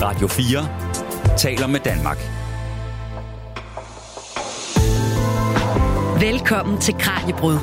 Radio 4 taler med Danmark. Velkommen til Kraniebrud.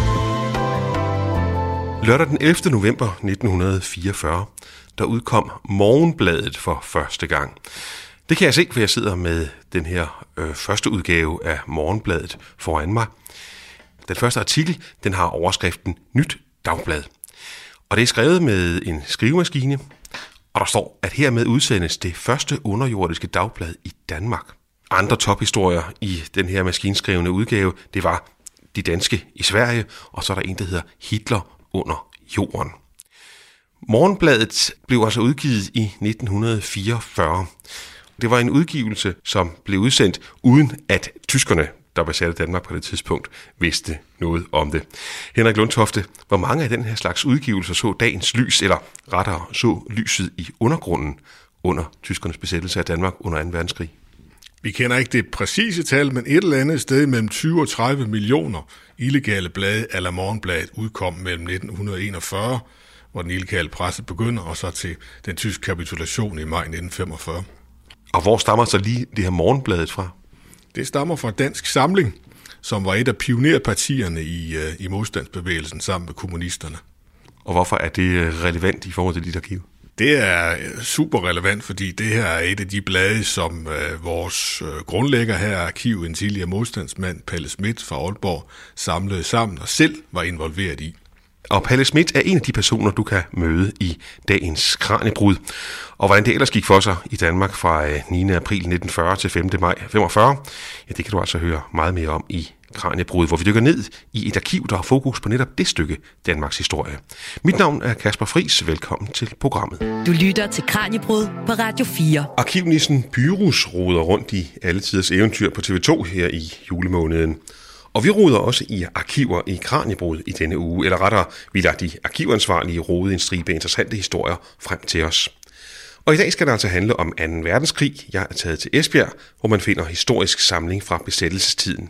Lørdag den 11. november 1944, der udkom Morgenbladet for første gang. Det kan jeg se, for jeg sidder med den her første udgave af Morgenbladet foran mig. Den første artikel, den har overskriften Nyt Dagblad. Og det er skrevet med en skrivemaskine, og der står, at hermed udsendes det første underjordiske dagblad i Danmark. Andre tophistorier i den her maskinskrevne udgave, det var de danske i Sverige, og så er der en, der hedder Hitler under jorden. Morgenbladet blev altså udgivet i 1944. Det var en udgivelse, som blev udsendt uden at tyskerne, der besatte Danmark på det tidspunkt, vidste noget om det. Henrik Lundtofte, hvor mange af den her slags udgivelser så dagens lys, eller rettere så lyset i undergrunden under tyskernes besættelse af Danmark under 2. verdenskrig? Vi kender ikke det præcise tal, men et eller andet sted mellem 20 og 30 millioner illegale blade a la Morgenbladet udkom mellem 1941, hvor den illegale presse begynder, og så til den tyske kapitulation i maj 1945. Og hvor stammer så lige det her Morgenbladet fra? Det stammer fra Dansk Samling, som var et af pionerpartierne i modstandsbevægelsen sammen med kommunisterne. Og hvorfor er det relevant i forhold til dit arkiv? Det er super relevant, fordi det her er et af de blade, som vores grundlægger her af arkivet, en tidligere modstandsmand, Palle Schmidt fra Aalborg, samlede sammen og selv var involveret i. Og Palle Schmidt er en af de personer, du kan møde i dagens Kraniebrud. Og hvordan det ellers gik for sig i Danmark fra 9. april 1940 til 5. maj 45, ja, det kan du altså høre meget mere om i Kraniebrud, hvor vi dykker ned i et arkiv, der har fokus på netop det stykke Danmarks historie. Mit navn er Kasper Friis. Velkommen til programmet. Du lytter til Kraniebrud på Radio 4. Arkivnissen Pyrus roder rundt i alle tiders eventyr på TV2 her i julemåneden. Og vi roder også i arkiver i Kraniebrud i denne uge, eller rettere, vi lader de arkivansvarlige rode en stribe interessante historier frem til os. Og i dag skal det altså handle om 2. verdenskrig. Jeg er taget til Esbjerg, hvor man finder historisk samling fra besættelsestiden.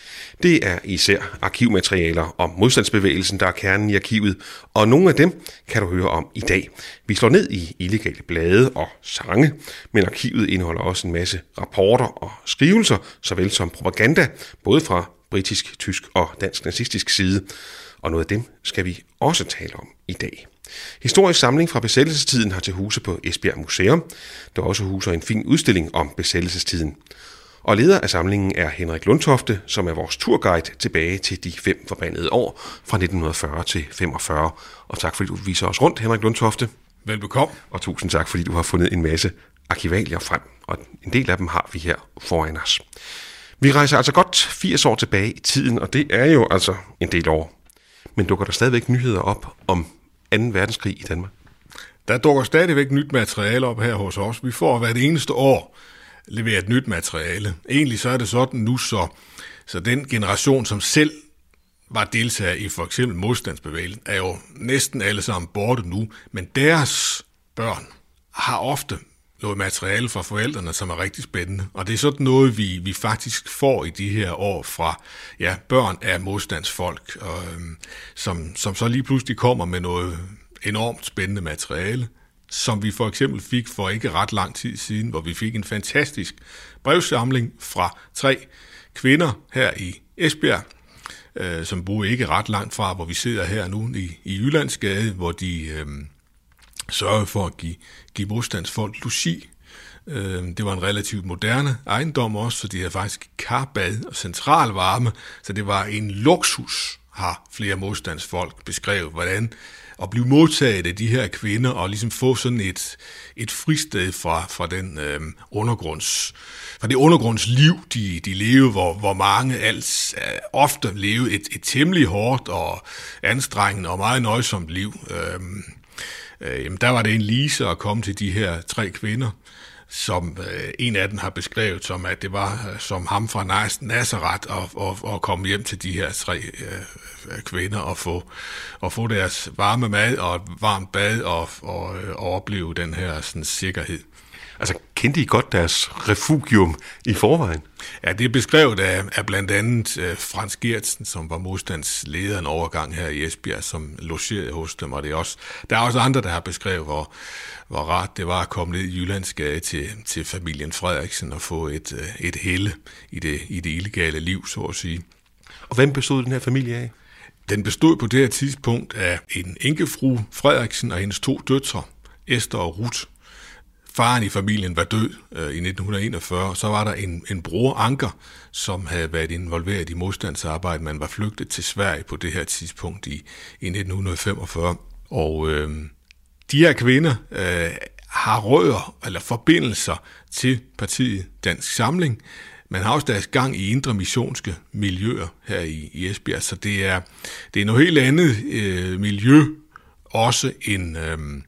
Det er især arkivmaterialer om modstandsbevægelsen, der er kernen i arkivet, og nogle af dem kan du høre om i dag. Vi slår ned i illegale blade og sange, men arkivet indeholder også en masse rapporter og skrivelser, såvel som propaganda, både fra britisk, tysk og dansk nazistisk side, og noget af dem skal vi også tale om i dag. Historisk samling fra besættelsestiden har til huse på Esbjerg Museum, der også huser en fin udstilling om besættelsestiden. Og leder af samlingen er Henrik Lundtofte, som er vores turguide tilbage til de 5 forbandede år fra 1940 til 45. Og tak fordi du viser os rundt, Henrik Lundtofte. Velbekomme. Og tusind tak fordi du har fundet en masse arkivalier frem, og en del af dem har vi her foran os. Vi rejser altså godt 80 år tilbage i tiden, og det er jo altså en del år. Men dukker der stadigvæk nyheder op om 2. verdenskrig i Danmark? Der dukker stadigvæk nyt materiale op her hos os. Vi får hvert eneste år leveret et nyt materiale. Egentlig så er det sådan nu, så den generation, som selv var deltager i for eksempel modstandsbevægelsen, er jo næsten alle sammen borte nu, men deres børn har ofte noget materiale fra forældrene, som er rigtig spændende. Og det er sådan noget, vi faktisk får i de her år fra børn af modstandsfolk, og, som så lige pludselig kommer med noget enormt spændende materiale, som vi for eksempel fik for ikke ret lang tid siden, hvor vi fik en fantastisk brevsamling fra 3 kvinder her i Esbjerg, som bor ikke ret langt fra, hvor vi sidder her nu i Jyllandsgade, hvor de sørgede for at give modstandsfolk logi. Det var en relativt moderne ejendom også, så de havde faktisk karbad og centralvarme, så det var en luksus, har flere modstandsfolk beskrevet, hvordan at blive modtaget af de her kvinder og ligesom få sådan et fristed fra den fra det undergrundsliv, de levede, hvor mange ofte levede et temmelig hårdt og anstrengende og meget nøjsomt liv. Der var det en lise at komme til de her 3 kvinder, som en af dem har beskrevet som, at det var som ham fra Nazareth at komme hjem til de her 3 kvinder og få deres varme mad og et varmt bad og opleve den her sådan, sikkerhed. Altså, kendte I godt deres refugium i forvejen? Ja, det er beskrevet af blandt andet Frans Geertsen, som var modstandsleder en overgang her i Esbjerg, som logerede hos dem, og der er også andre, der har beskrevet, hvor rart det var at komme ned i Jyllandsgade til familien Frederiksen og få et helle i det illegale liv, så at sige. Og hvem bestod den her familie af? Den bestod på det her tidspunkt af en enkefru Frederiksen og hendes 2 døtre, Esther og Ruth. Faren i familien var død i 1941, så var der en bror, Anker, som havde været involveret i modstandsarbejde. Man var flygtet til Sverige på det her tidspunkt i 1945. Og de her kvinder har rødder eller forbindelser til partiet Dansk Samling. Man har også deres gang i indre missionske miljøer her i Esbjerg, så det er noget helt andet miljø, også end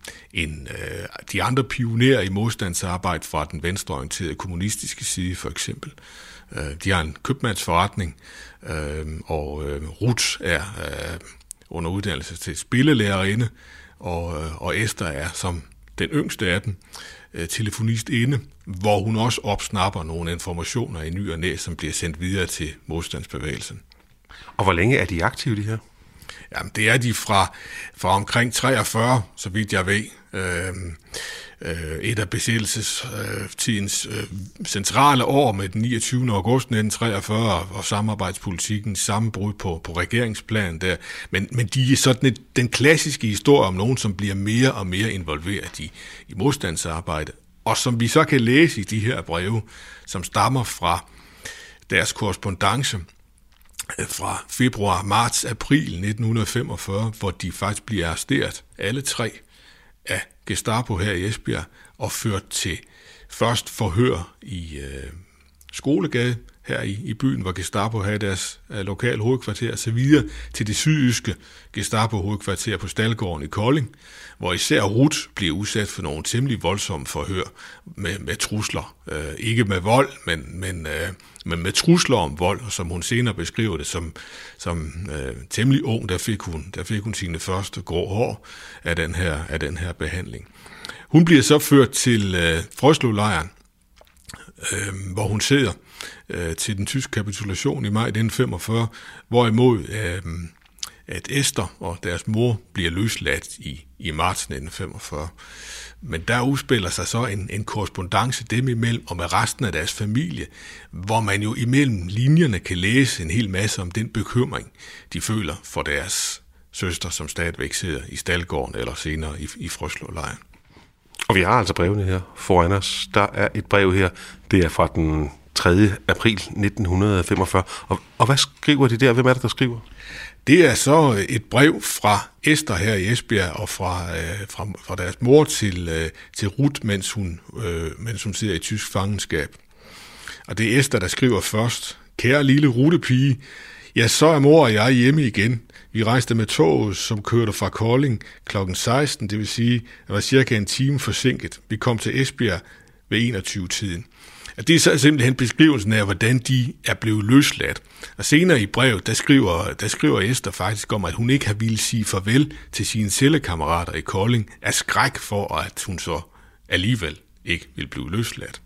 de andre pionerer i modstandsarbejde fra den venstreorienterede kommunistiske side, for eksempel. De har en købmandsforretning, og Ruth er under uddannelse til spillelærerinde, og Esther er som den yngste af dem telefonistinde, hvor hun også opsnapper nogle informationer i ny og næ, som bliver sendt videre til modstandsbevægelsen. Og hvor længe er de aktive, de her? Jamen, det er de fra omkring 43, så vidt jeg ved. Et af besættelsestidens centrale år med den 29. august 1943 og samarbejdspolitikkens sammenbrud på regeringsplan der. Men de er sådan den klassiske historie om nogen, som bliver mere og mere involveret i modstandsarbejde, og som vi så kan læse i de her breve, som stammer fra deres korrespondance fra februar, marts, april 1945, hvor de faktisk bliver arresteret, alle 3, af Gestapo her i Esbjerg, og ført til først forhør i Skolegade her i byen, hvor Gestapo havde deres lokale hovedkvarter, så videre til det sydjyske Gestapo-hovedkvarter på Staldgården i Kolding, hvor især Ruth bliver udsat for nogle temmelig voldsomme forhør med trusler. Ikke med vold, men med trusler om vold, og som hun senere beskriver det som temmelig ung, der fik hun sine første grå hår af den her behandling. Hun bliver så ført til Frøslevlejren, hvor hun sidder til den tyske kapitulation i maj 1945, hvorimod at Esther og deres mor bliver løsladt i marts 1945. Men der udspiller sig så en korrespondance dem imellem og med resten af deres familie, hvor man jo imellem linjerne kan læse en hel masse om den bekymring, de føler for deres søster, som stadigvæk sidder i Staldgården eller senere i Frøslevlejren. Og vi har altså brevene her foran os. Der er et brev her, det er fra den 3. april 1945. Og hvad skriver de der? Hvem er det, der skriver? Det er så et brev fra Esther her i Esbjerg og fra deres mor til Ruth, mens hun sidder i tysk fangenskab. Og det er Esther, der skriver først: Kære lille rutepige, ja, så er mor og jeg hjemme igen. Vi rejste med toget, som kørte fra Kolding kl. 16, det vil sige, at var cirka en time forsinket. Vi kom til Esbjerg ved 21-tiden. Og det er så simpelthen beskrivelsen af, hvordan de er blevet løsladt. Og senere i brevet, der skriver Esther faktisk om, at hun ikke har ville sige farvel til sine cellekammerater i Kolding af skræk for, at hun så alligevel ikke vil blive løsladt.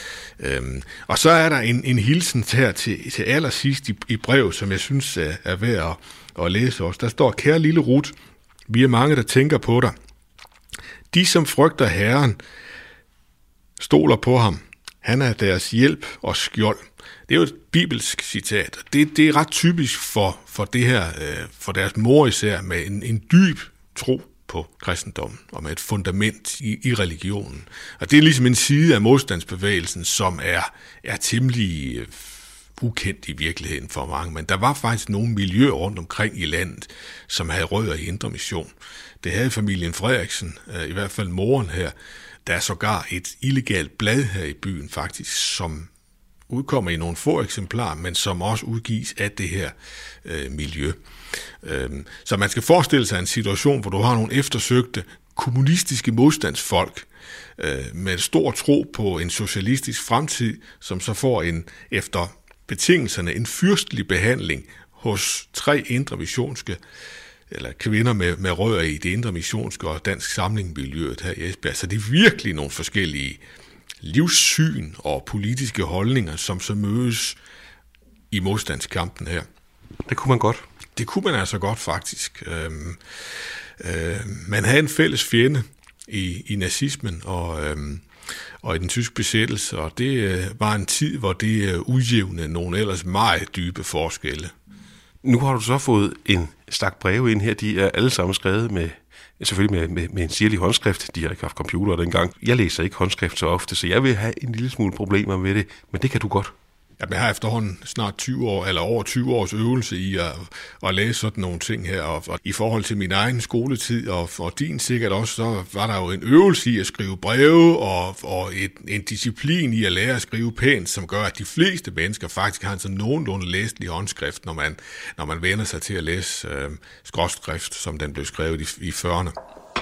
Og så er der en hilsen her til allersidst i brevet, som jeg synes er værd at læse også. Der står: Kære lille Ruth, vi er mange, der tænker på dig. De, som frygter Herren, stoler på ham. Han er deres hjælp og skjold. Det er jo et bibelsk citat. Det er ret typisk for det her, for deres mor især, med en dyb tro på kristendommen og med et fundament i religionen. Og det er ligesom en side af modstandsbevægelsen, som er temmelig ukendt i virkeligheden for mange. Men der var faktisk nogle miljøer rundt omkring i landet, som havde rødder i Indre Mission. Det havde familien Frederiksen, i hvert fald moren her. Der er sågar et illegalt blad her i byen faktisk, som udkommer i nogle få eksemplarer, men som også udgives af det her miljø. Så man skal forestille sig en situation, hvor du har nogle eftersøgte kommunistiske modstandsfolk med stor tro på en socialistisk fremtid, som så får efter betingelserne en fyrstelig behandling hos 3 indre missionske eller kvinder med rødder i det indre missionske og Dansk Samling-miljøet her i Esbjerg. Så det er virkelig nogle forskellige livssyn og politiske holdninger, som så mødes i modstandskampen her. Det kunne man godt. Det kunne man altså godt, faktisk. Man havde en fælles fjende i nazismen og i den tyske besættelse, og det var en tid, hvor det udjævnede nogle ellers meget dybe forskelle. Nu har du så fået en stak breve ind her. De er alle sammen skrevet selvfølgelig med en sirlig håndskrift. De har ikke haft computer dengang. Jeg læser ikke håndskrift så ofte, så jeg vil have en lille smule problemer med det, men det kan du godt. Jeg har efterhånden snart 20 år, eller over 20 års øvelse i at læse sådan nogle ting her, og i forhold til min egen skoletid, og din sikkert også, så var der jo en øvelse i at skrive breve, og en disciplin i at lære at skrive pænt, som gør, at de fleste mennesker faktisk har en sådan nogenlunde læselig håndskrift, når man vender sig til at læse skråskrift, som den blev skrevet i 40'erne.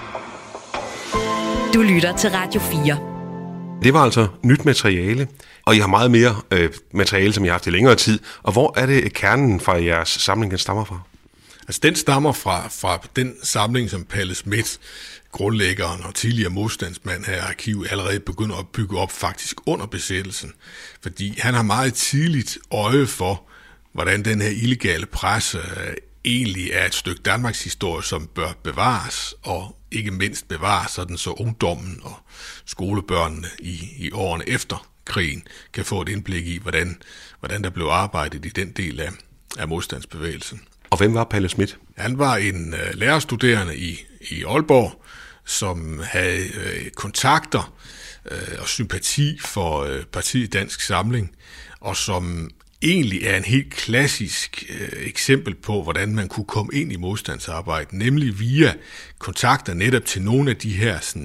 Du lytter til Radio 4. Det var altså nyt materiale, og I har meget mere materiale, som I har haft i længere tid. Og hvor er det kernen fra jeres samling, den stammer fra? Altså, den stammer fra den samling, som Palle Schmidt, grundlæggeren og tidligere modstandsmand her i arkivet, allerede begynder at bygge op faktisk under besættelsen. Fordi han har meget tidligt øje for, hvordan den her illegale presse egentlig er et stykke Danmarks historie, som bør bevares, og ikke mindst bevares, sådan så ungdommen og skolebørnene i årene efter krigen kan få et indblik i, hvordan der blev arbejdet i den del af modstandsbevægelsen. Og hvem var Palle Schmidt? Han var en lærerstuderende i Aalborg, som havde kontakter og sympati for partiet Dansk Samling, og som egentlig er en helt klassisk eksempel på, hvordan man kunne komme ind i modstandsarbejdet, nemlig via kontakter netop til nogle af de her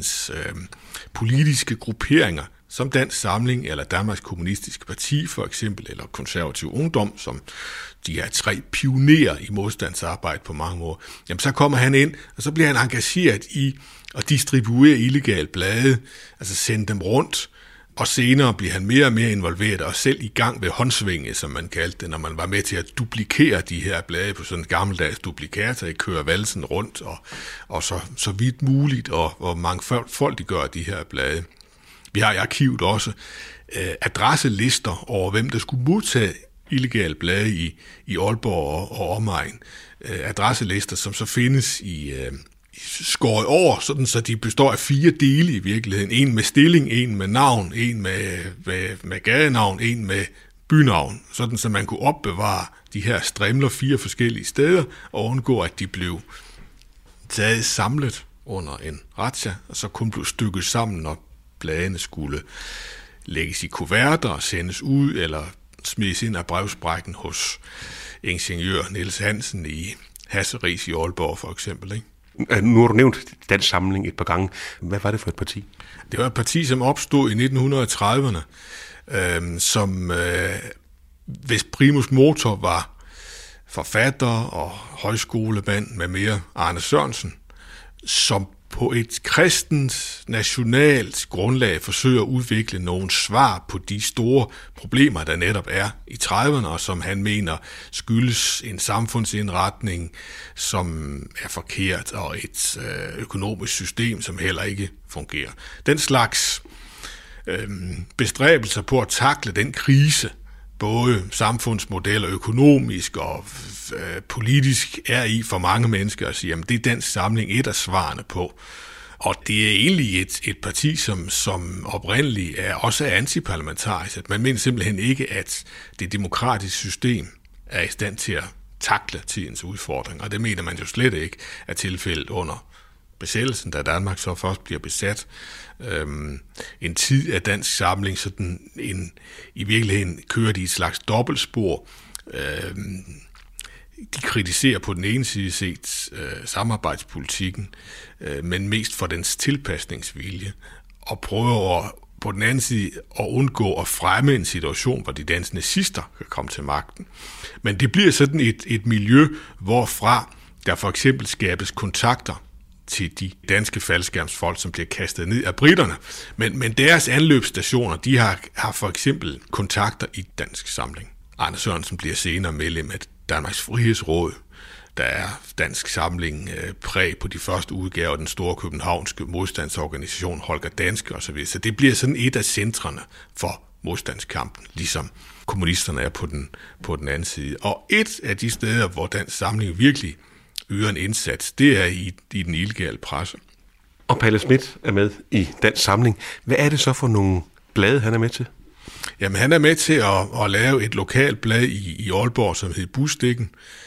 politiske grupperinger, som Dansk Samling eller Danmarks Kommunistiske Parti for eksempel, eller Konservativ Ungdom, som de er 3 pionerer i modstandsarbejde på mange måder. Jamen så kommer han ind, og så bliver han engageret i at distribuere illegale blade, altså sende dem rundt, og senere bliver han mere og mere involveret og selv i gang ved håndsvinge, som man kaldte det, når man var med til at duplikere de her blade på sådan en gammeldags duplikator, I kører valsen rundt, og så vidt muligt, og mange folk de gør de her blade. Vi har i arkivet også adresselister over, hvem der skulle modtage illegale blade i Aalborg og omegn. Adresselister, som så findes i skåret over, sådan så de består af 4 dele i virkeligheden. En med stilling, en med navn, en med gadenavn, en med bynavn. Sådan så man kunne opbevare de her strimler 4 forskellige steder og undgå, at de blev taget samlet under en razzia, og så kun blev stykket sammen, når bladene skulle lægges i kuverter og sendes ud, eller smides ind af brevsprækken hos ingeniør Niels Hansen i Hasseris i Aalborg for eksempel, ikke? Nu har du nævnt Dansk Samling et par gange. Hvad var det for et parti? Det var et parti, som opstod i 1930'erne, som hvis primus motor var forfatter og højskolemand med mere Arne Sørensen, som på et kristent, nationalt grundlag forsøger at udvikle nogle svar på de store problemer, der netop er i 30'erne, og som han mener skyldes en samfundsindretning, som er forkert, og et økonomisk system, som heller ikke fungerer. Den slags bestræbelser på at takle den krise, både samfundsmodel og økonomisk og politisk er i for mange mennesker at sige, at det er Dansk Samling et af svarene på. Og det er egentlig et parti, som oprindeligt også er antiparlamentarisk. Man mener simpelthen ikke, at det demokratiske system er i stand til at takle tidens udfordringer. Og det mener man jo slet ikke er tilfældet under besættelsen, da Danmark så først bliver besat. En tid af Dansk Samling, sådan i virkeligheden kører de et slags dobbeltspor. De kritiserer på den ene side set samarbejdspolitikken, men mest for dens tilpasningsvilje, og prøver på den anden side at undgå at fremme en situation, hvor de danske nazister kan komme til magten. Men det bliver sådan et miljø, hvorfra der for eksempel skabes kontakter til de danske faldskærmsfolk, som bliver kastet ned af briterne. Men deres anløbsstationer, de har for eksempel kontakter i Dansk Samling. Arne Sørensen bliver senere medlem af Danmarks Frihedsråd, Der er Dansk Samling præg på de første udgaver af den store københavnske modstandsorganisation Holger Danske osv. Så det bliver sådan et af centrene for modstandskampen, ligesom kommunisterne er på den anden side. Og et af de steder, hvor Dansk Samling virkelig yder en indsats, det er i den illegale presse. Og Palle Schmidt er med i Dansk Samling. Hvad er det så for nogle blade, han er med til? Jamen, han er med til at lave et lokalt blad i Aalborg, som hedder Busstikken.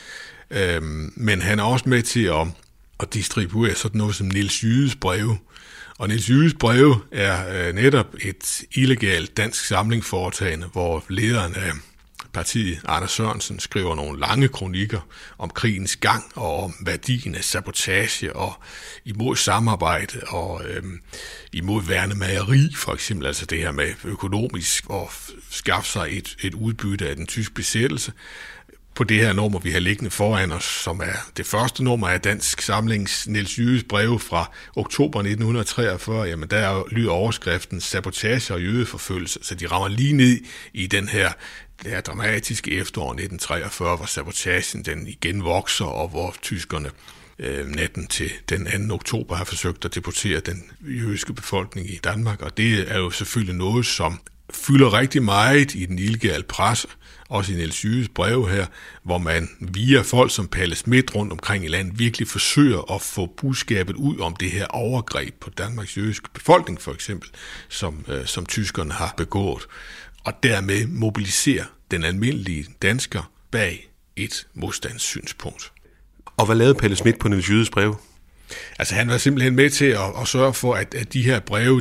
Men han er også med til at distribuere sådan noget som Niels Jydes breve. Og Niels Jydes breve er netop et illegalt dansk samlingsforetagende, hvor lederen af partiet, Anders Sørensen, skriver nogle lange kronikker om krigens gang og om værdien af sabotage og imod samarbejde og imod værnemageri, for eksempel, altså det her med økonomisk at skaffe sig et udbytte af den tyske besættelse. På det her nummer, vi har liggende foran os, som er det første nummer af Dansk Samlings Niels Jydes breve fra oktober 1943, jamen der lyder overskriften sabotage og jødeforfølgelse, så de rammer lige ned i det her dramatiske efterår 1943, hvor sabotagen den igen vokser, og hvor tyskerne natten til den 2. oktober har forsøgt at deportere den jødiske befolkning i Danmark, og det er jo selvfølgelig noget, som fylder rigtig meget i den illegale presse, også i Niels Jydes breve her, hvor man via folk som Palle Schmidt rundt omkring i landet virkelig forsøger at få budskabet ud om det her overgreb på Danmarks jødiske befolkning, for eksempel, som tyskerne har begået, og dermed mobiliserer den almindelige dansker bag et modstandssynspunkt. Og hvad lavede Palle Schmidt på Niels Jydes breve? Altså han var simpelthen med til at sørge for, at de her breve,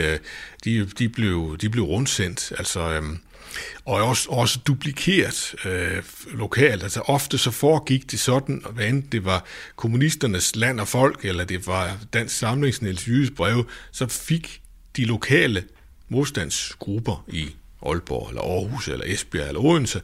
de blev rundsendt, altså, og også duplikeret lokalt. Altså ofte så foregik det sådan, hvad enten det var kommunisternes Land og Folk, eller det var Dansk Samlings Niels Jydes breve, så fik de lokale modstandsgrupper i Aalborg, eller Aarhus, eller Esbjerg, eller Odense,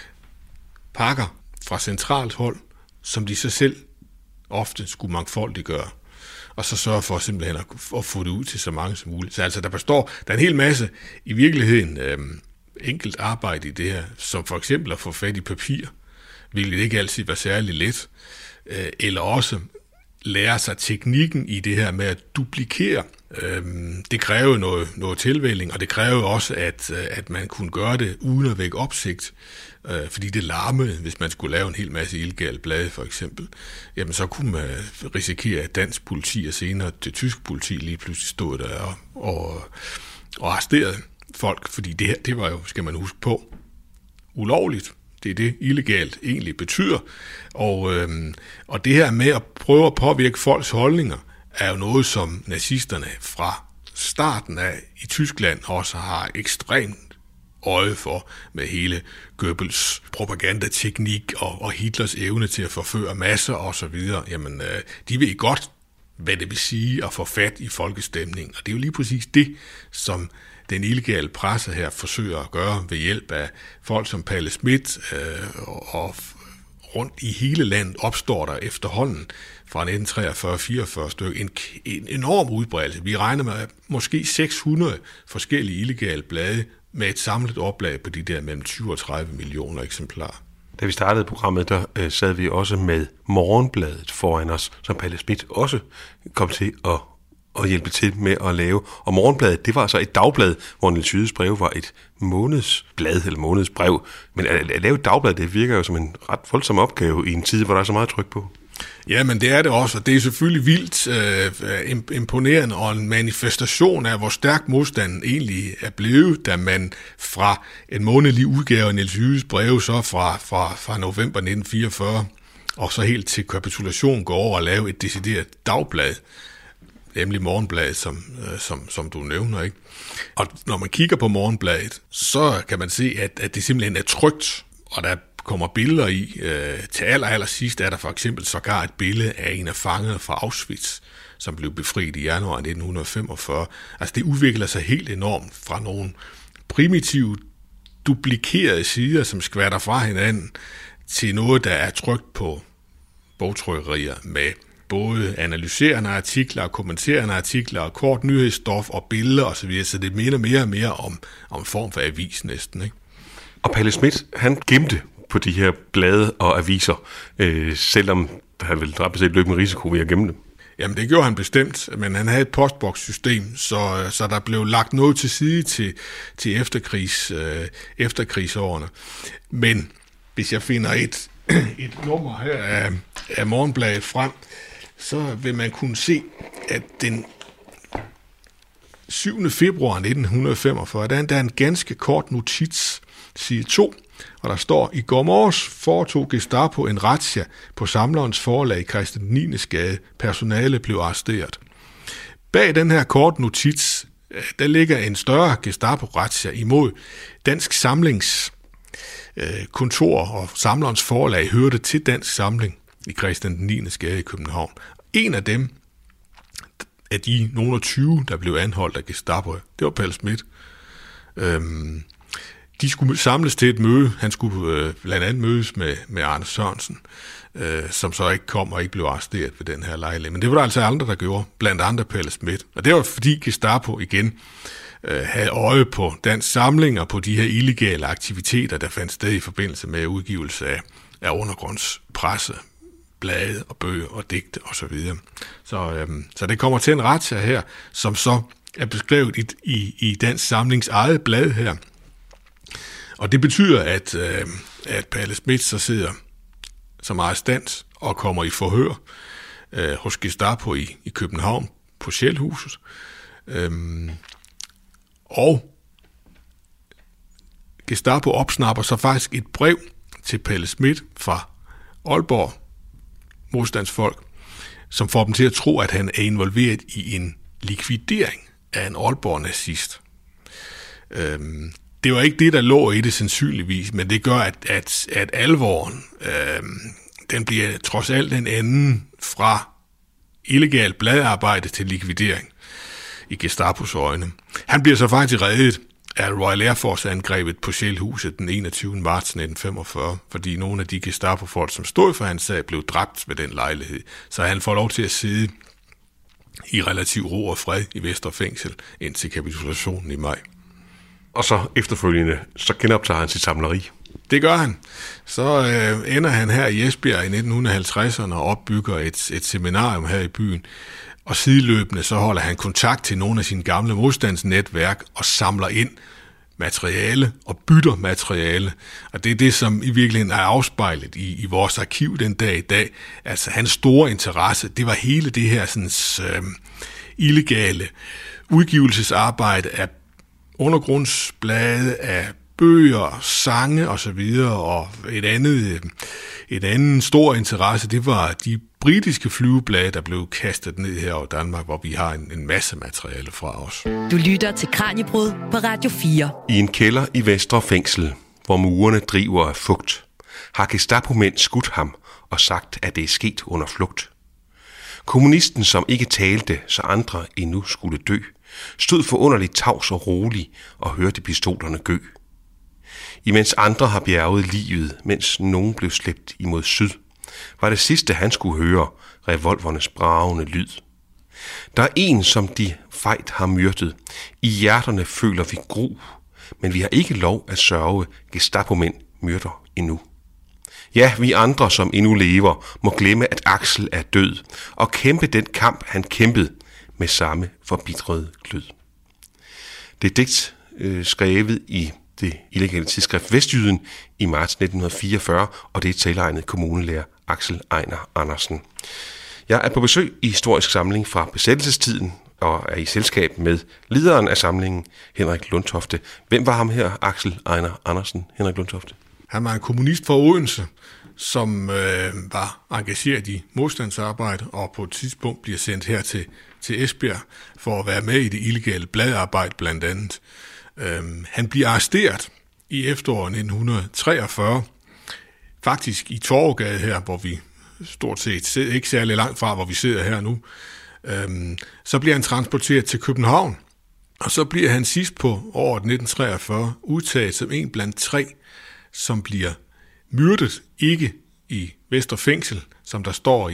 pakker fra centralt hold, som de så selv ofte skulle mangfoldiggøre, og så sørge for simpelthen at få det ud til så mange som muligt. Så altså, der er en hel masse, i virkeligheden, enkelt arbejde i det her, som for eksempel at få fat i papir, hvilket ikke altid var særlig let, eller også lære sig teknikken i det her med at duplikere. Det kræver noget tilvælling, og det kræver også, at man kunne gøre det uden at vække opsigt, fordi det larmede, hvis man skulle lave en hel masse illegale blade, for eksempel. Jamen, så kunne man risikere, at dansk politi og senere det tyske politi lige pludselig stod der og arresterede folk, fordi det var jo, skal man huske på, ulovligt. Det er det, illegalt egentlig betyder. Og det her med at prøve at påvirke folks holdninger, er jo noget, som nazisterne fra starten af i Tyskland også har ekstremt øje for, med hele Goebbels propagandateknik og Hitlers evne til at forføre masser osv. Jamen, de ved godt, hvad det vil sige at få fat i folkestemningen. Og det er jo lige præcis det, som den illegale presse her forsøger at gøre ved hjælp af folk som Palle Schmidt, og rundt i hele landet opstår der efterhånden fra 1943-44 stykke en enorm udbredelse. Vi regner med måske 600 forskellige illegale blade med et samlet oplag på de der mellem 20 og 30 millioner eksemplarer. Da vi startede programmet, der sad vi også med Morgenbladet foran os, som Palle Schmidt også kom til at hjælpe til med at lave. Og Morgenbladet, det var altså et dagblad, hvor Niels Jydes breve var et månedsblad eller månedsbrev. Men at lave et dagblad, det virker jo som en ret voldsom opgave i en tid, hvor der er så meget tryk på. Ja, men det er det også, og det er selvfølgelig vildt imponerende og en manifestation af, hvor stærk modstanden egentlig er blevet, da man fra en månedlig udgave af Niels Jydes breve, så fra november 1944, og så helt til kapitulation går over og lave et decideret dagblad, nemlig Morgenbladet, som du nævner, ikke? Og når man kigger på Morgenbladet, så kan man se, at det simpelthen er trykt, og der kommer billeder i. Til aller sidst er der for eksempel sågar et billede af en af fangerne fra Auschwitz, som blev befriet i januar 1945. Altså det udvikler sig helt enormt fra nogle primitive, duplikerede sider, som skvatter fra hinanden, til noget, der er trykt på bogtrykkerier med både analyserende artikler, kommenterende artikler, og kort nyhedsstof og billeder osv., så det minder mere og mere om en form for avis næsten, ikke? Og Palle Schmidt, han gemte på de her blade og aviser, selvom han vel ret beset løb en risiko ved at gemme dem? Jamen, det gjorde han bestemt, men han havde et postbokssystem, så der blev lagt noget til side til efterkrigsårene. Men hvis jeg finder et nummer her af Morgenbladet frem, så vil man kunne se, at den 7. februar 1945, der er en ganske kort notits, side 2, og der står: i går morges foretog Gestapo en razzia på Samlerens forlag i Christian 9. Gade. Personale blev arresteret. Bag den her kort notits, der ligger en større Gestapo-razzia imod Dansk Samlings kontor, og Samlerens forlag hørte til Dansk Samling i Christian 9. Gade i København. En af dem, af de nogle 20, der blev anholdt af Gestapo, det var Palle Schmidt. De skulle samles til et møde. Han skulle blandt andet mødes med Arne Sørensen, som så ikke kom og ikke blev arresteret ved den her lejlighed. Men det var der altså andre, der gjorde, blandt andre Palle Schmidt. Og det var fordi Gestapo igen havde øje på Dansk Samling og på de her illegale aktiviteter, der fandt sted i forbindelse med udgivelse af undergrundspresse, blade og bøger og digte osv. Så det kommer til en razzia her, som så er beskrevet i Dansk Samlings eget blad her. Og det betyder, at Palle Schmidt så sidder som arrestant og kommer i forhør hos Gestapo i København på Sjælhuset. Og Gestapo opsnapper så faktisk et brev til Palle Schmidt fra Aalborg modstandsfolk, som får dem til at tro, at han er involveret i en likvidering af en Aalborg-nazist. Det var ikke det, der lå i det sandsynligvis, men det gør, at alvoren, den bliver trods alt den anden fra illegal bladarbejde til likvidering i Gestapos øjne. Han bliver så faktisk reddet af Royal Air Force-angrebet på Sjælhuset den 21. marts 1945, fordi nogle af de Gestapo-folk, som stod for hans sag, blev dræbt ved den lejlighed. Så han får lov til at sidde i relativ ro og fred i Vestre Fængsel indtil kapitulationen i maj. Og så efterfølgende, så genoptager han sit samleri. Det gør han. Så ender han her i Esbjerg i 1950'erne og opbygger et seminarium her i byen. Og sideløbende så holder han kontakt til nogle af sine gamle modstandsnetværk og samler ind materiale og bytter materiale. Og det er det, som i virkeligheden er afspejlet i vores arkiv den dag i dag. Altså hans store interesse, det var hele det her sådan, illegale udgivelsesarbejde af undergrundsblade, af bøger, sange og så videre, og et andet stor interesse, det var de britiske flyveblade, der blev kastet ned her over Danmark, hvor vi har en masse materiale fra os. Du lytter til Kraniebrud på Radio 4. I en kælder i Vestre Fængsel, hvor murene driver af fugt, har Gestapo-mænd skudt ham og sagt, at det er sket under flugt. Kommunisten, som ikke talte, så andre endnu skulle dø, stod forunderligt tavs og rolig og hørte pistolerne gø. Imens andre har bjerget livet, mens nogen blev slæbt imod syd, var det sidste han skulle høre revolvernes bragende lyd. Der er en, som de fejt har myrdet. I hjerterne føler vi gru, men vi har ikke lov at sørge, Gestapo-mænd myrder endnu. Ja, vi andre, som endnu lever, må glemme, at Axel er død, og kæmpe den kamp, han kæmpede, med samme forbitrede glød. Det er digt skrevet i det illegale tidsskrift Vestjyden i marts 1944, og det er tilegnet kommunelærer Axel Ejner Andersen. Jeg er på besøg i Historisk Samling fra besættelsestiden, og er i selskab med lederen af samlingen, Henrik Lundtofte. Hvem var ham her, Axel Ejner Andersen, Henrik Lundtofte? Han var en kommunist fra Odense, som var engageret i modstandsarbejde, og på et tidspunkt bliver sendt her til Esbjerg for at være med i det illegale bladarbejde blandt andet. Han bliver arresteret i efteråret 1943, faktisk i Torvegade her, hvor vi stort set sidder, ikke særlig langt fra, hvor vi sidder her nu. Så bliver han transporteret til København, og så bliver han sidst på året 1943 udtaget som en blandt 3, som bliver myrdet, ikke i Vestre Fængsel, som der står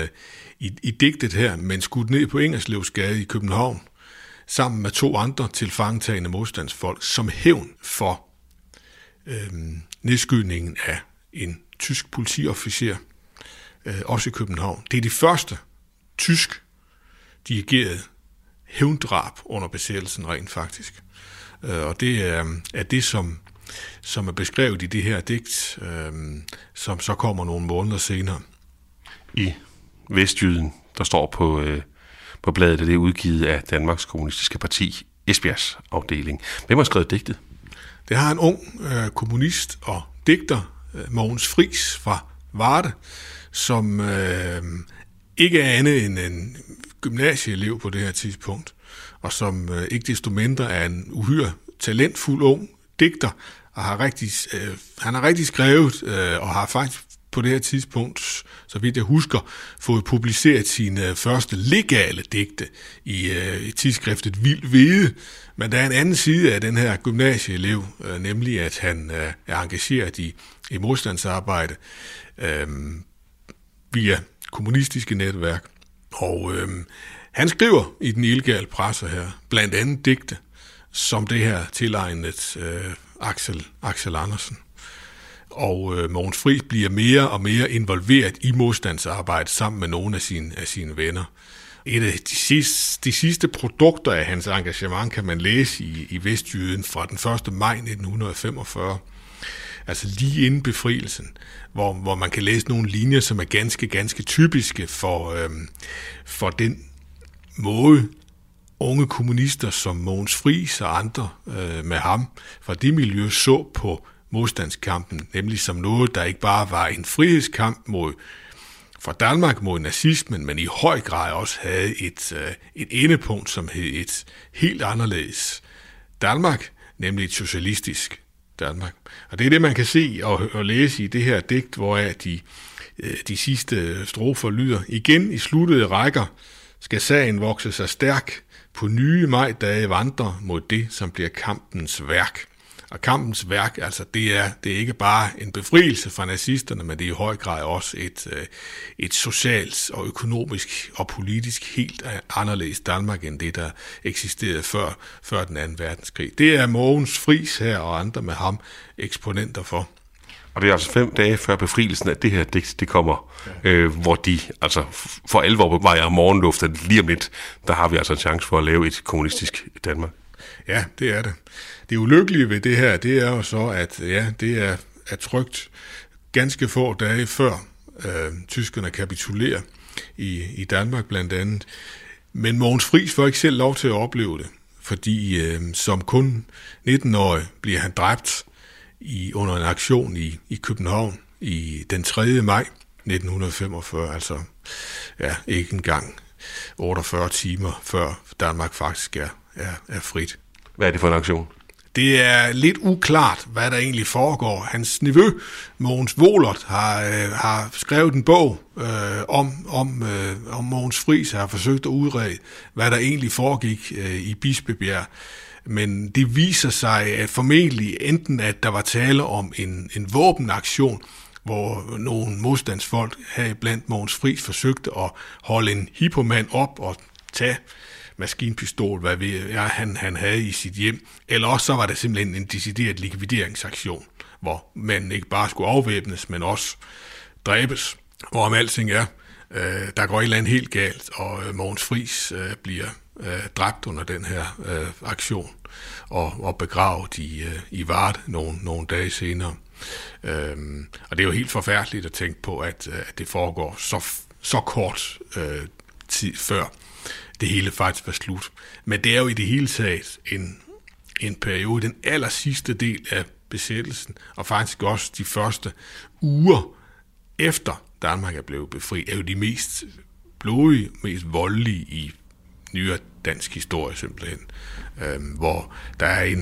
i digtet her, men skudt ned på Ingerslevsgade i København, sammen med 2 andre tilfangetagende modstandsfolk, som hævn for nedskydningen en tysk politiofficer, også i København. Det er de første tysk dirigerede hævndrab under besættelsen rent faktisk. Og det er det, som er beskrevet i det her digt, som så kommer nogle måneder senere. I Vestjyden, der står på bladet, at det er udgivet af Danmarks Kommunistiske Parti, Esbjergs afdeling. Hvem har skrevet digtet? Det har en ung kommunist og digter, Mogens Friis fra Varde, som ikke er andet end en gymnasieelev på det her tidspunkt, og som ikke desto mindre er en uhyre talentfuld ung digter, og han har rigtig skrevet, og har faktisk på det her tidspunkt, så vidt jeg husker, fået publiceret sine første legale digte i tidsskriftet Vild Hvede. Men der er en anden side af den her gymnasieelev, nemlig at han er engageret i modstandsarbejde via kommunistiske netværk. Og han skriver i den illegale presse her, blandt andet digte, som det her tilegnet Axel Andersen. Og Mogens Friis bliver mere og mere involveret i modstandsarbejde sammen med nogle af sine venner. Et af de sidste produkter af hans engagement kan man læse i Vestjyden fra den 1. maj 1945, altså lige inden befrielsen, hvor man kan læse nogle linjer, som er ganske typiske for den måde, unge kommunister som Mogens Friis og andre med ham fra det miljø så på modstandskampen, nemlig som noget, der ikke bare var en frihedskamp for Danmark mod nazismen, men i høj grad også havde et endepunkt, som hed et helt anderledes Danmark, nemlig et socialistisk Danmark. Og det er det, man kan se og læse i det her digt, hvor de sidste strofer lyder: igen i sluttede rækker skal sagen vokse sig stærk, på nye majdage vandre mod det, som bliver kampens værk. Og kampens værk, altså det er ikke bare en befrielse fra nazisterne, men det er i høj grad også et socialt og økonomisk og politisk helt anderledes Danmark, end det, der eksisterede før den 2. verdenskrig. Det er Mogens Friis her og andre med ham eksponenter for. Og det er altså 5 dage før befrielsen, at det her digt, det kommer, hvor de altså for alvor bevarer morgenluft, at lige om lidt, der har vi altså en chance for at lave et kommunistisk Danmark. Ja, det er det. Det ulykkelige ved det her, det er jo så, at det er trykt ganske få dage før tyskerne kapitulerer i Danmark blandt andet. Men Mogens Friis får ikke selv lov til at opleve det, fordi som kun 19-årig bliver han dræbt under en aktion i København den 3. maj 1945, altså ikke engang 48 timer før Danmark faktisk er frit. Hvad er det for en aktion? Det er lidt uklart, hvad der egentlig foregår. Hans nevø, Mogens Wohlert, har skrevet en bog om Mogens Friis, har forsøgt at udrede, hvad der egentlig foregik i Bispebjerg. Men det viser sig at formentlig enten, at der var tale om en våbenaktion, hvor nogle modstandsfolk her blandt Mogens Friis forsøgte at holde en hippomand op og tage maskinpistol, hvad han havde i sit hjem. Eller også så var det simpelthen en decideret likvideringsaktion, hvor man ikke bare skulle afvæbnes, men også dræbes. Hvorom alting er, der går et eller andet helt galt, og Mogens Friis bliver dræbt under den her aktion og begravet i Varde nogle dage senere. Og det er jo helt forfærdeligt at tænke på, at det foregår så kort tid før det hele faktisk var slut. Men det er jo i det hele taget en periode, den aller sidste del af besættelsen, og faktisk også de første uger efter Danmark er blevet befri, er jo de mest blodige, mest voldelige i nyere dansk historie simpelthen, hvor der er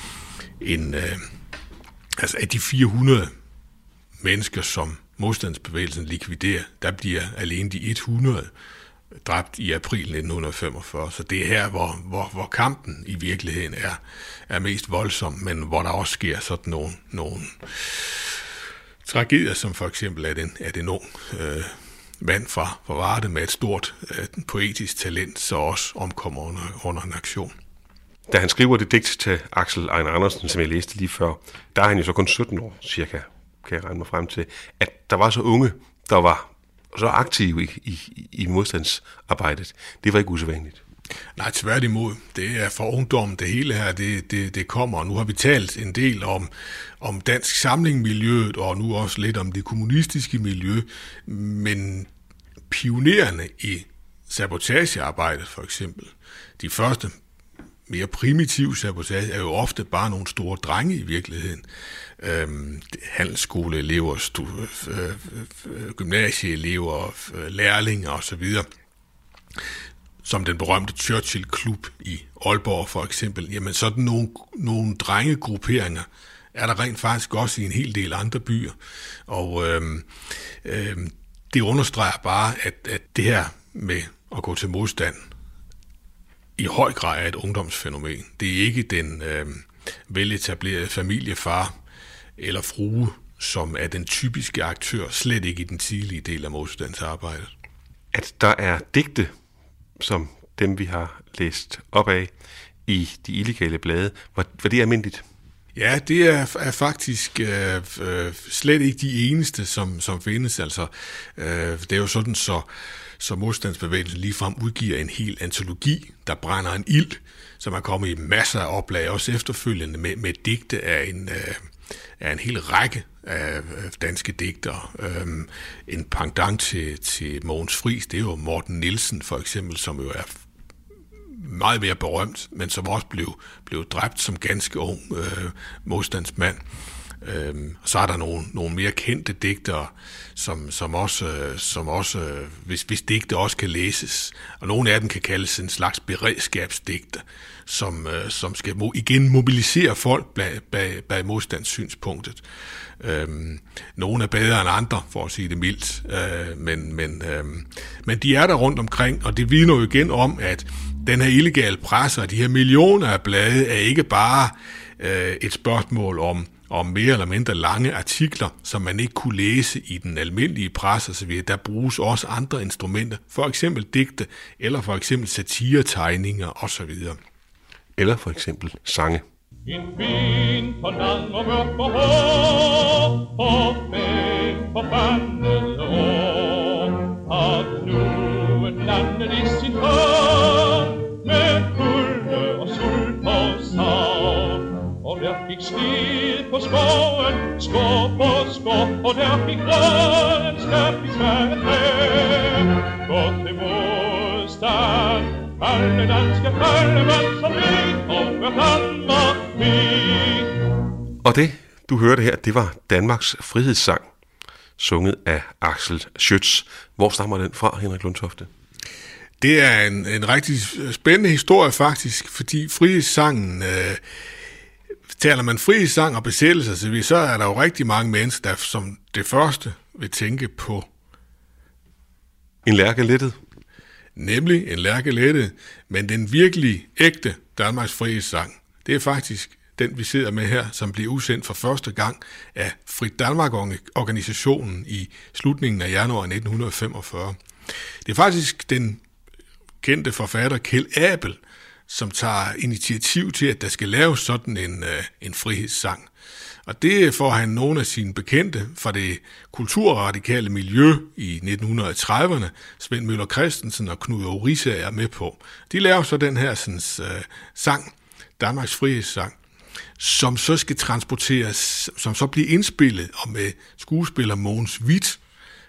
altså af de 400 mennesker, som modstandsbevægelsen likviderer, der bliver alene de 100 dræbt i april 1945. Så det er her, hvor kampen i virkeligheden er mest voldsom, men hvor der også sker sådan nogle tragedier, som for eksempel at en ung mand fra Varde med et stort poetisk talent, så også omkommer under en aktion. Da han skriver det digt til Axel Einar Andersen, som jeg læste lige før, der er han jo så kun 17 år cirka. kan jeg regne mig frem til, at der var så unge, der var så aktive i modstandsarbejdet. Det var ikke usædvanligt. Nej, tværtimod. Det er for ungdommen, det hele her, det kommer. Nu har vi talt en del om dansk samlingmiljøet, og nu også lidt om det kommunistiske miljø, men pionererne i sabotagearbejdet for eksempel, de første mere primitive sabotage er jo ofte bare nogle store drenge i virkeligheden. Handelsskoleelever, gymnasieelever, lærlinge osv., som den berømte Churchill-klub i Aalborg for eksempel. Jamen sådan nogle drengegrupperinger er der rent faktisk også i en hel del andre byer. Og det understreger bare, at det her med at gå til modstand i høj grad er et ungdomsfænomen. Det er ikke den veletablerede familiefar eller frue, som er den typiske aktør, slet ikke i den tidlige del af modstandsarbejdet. At der er digte, som dem vi har læst op af i de illegale blade, var det almindeligt? Ja, det er faktisk slet ikke de eneste, som findes. Altså, det er jo sådan, så modstandsbevægelsen ligefrem udgiver en hel antologi, der brænder en ild, som er kommet i masser af oplag, også efterfølgende med digte af en hel række af danske digtere. En pendant til Mogens Friis, det er jo Morten Nielsen for eksempel, som jo er meget mere berømt, men som også blev dræbt som ganske ung modstandsmand. Så er der nogle mere kendte digtere, som også hvis digte også kan læses, og nogle af dem kan kaldes en slags beredskabsdigte, som skal igen mobilisere folk bag modstandssynspunktet. Nogle er bedre end andre, for at sige det mildt, men de er der rundt omkring, og det vidner jo igen om, at den her illegale presse og de her millioner af blade er ikke bare et spørgsmål om mere eller mindre lange artikler, som man ikke kunne læse i den almindelige presse osv. Der bruges også andre instrumenter, for eksempel digte, eller for eksempel satiretegninger osv. Eller for eksempel sange. En vind på lang og mørk på hår, og med forbandede år, har nu et landet i sin hånd, med kulde og sult og savn. Og der fik skid på skoven, skår på skår, og der fik grøn skab i sværet med. Gå til modstand, alle danske mænd, som ved, og hver Danmark ved. Og det, du hørte her, det var Danmarks frihedssang, sunget af Axel Schütz. Hvor stammer den fra, Henrik Lundtofte? Det er en rigtig spændende historie faktisk, fordi frihedssangen, taler man frihedssang og besættelse, så er der jo rigtig mange mennesker, der som det første vil tænke på en Lærke-Lettet. Nemlig en Lærke-Lettet, men den virkelig ægte Danmarks frihedssang, det er faktisk den, vi sidder med her, som blev udsendt for første gang af Frit Danmark-organisationen i slutningen af januar 1945. Det er faktisk den kendte forfatter Kjeld Abel, som tager initiativ til, at der skal laves sådan en frihedssang. Og det får han nogle af sine bekendte fra det kulturradikale miljø i 1930'erne, Svend Møller Christensen og Knud Orisager med på. De laver så den her sang, Danmarks frihedssang, som så skal transporteres, som så bliver indspillet, og med skuespiller Mogens Wieth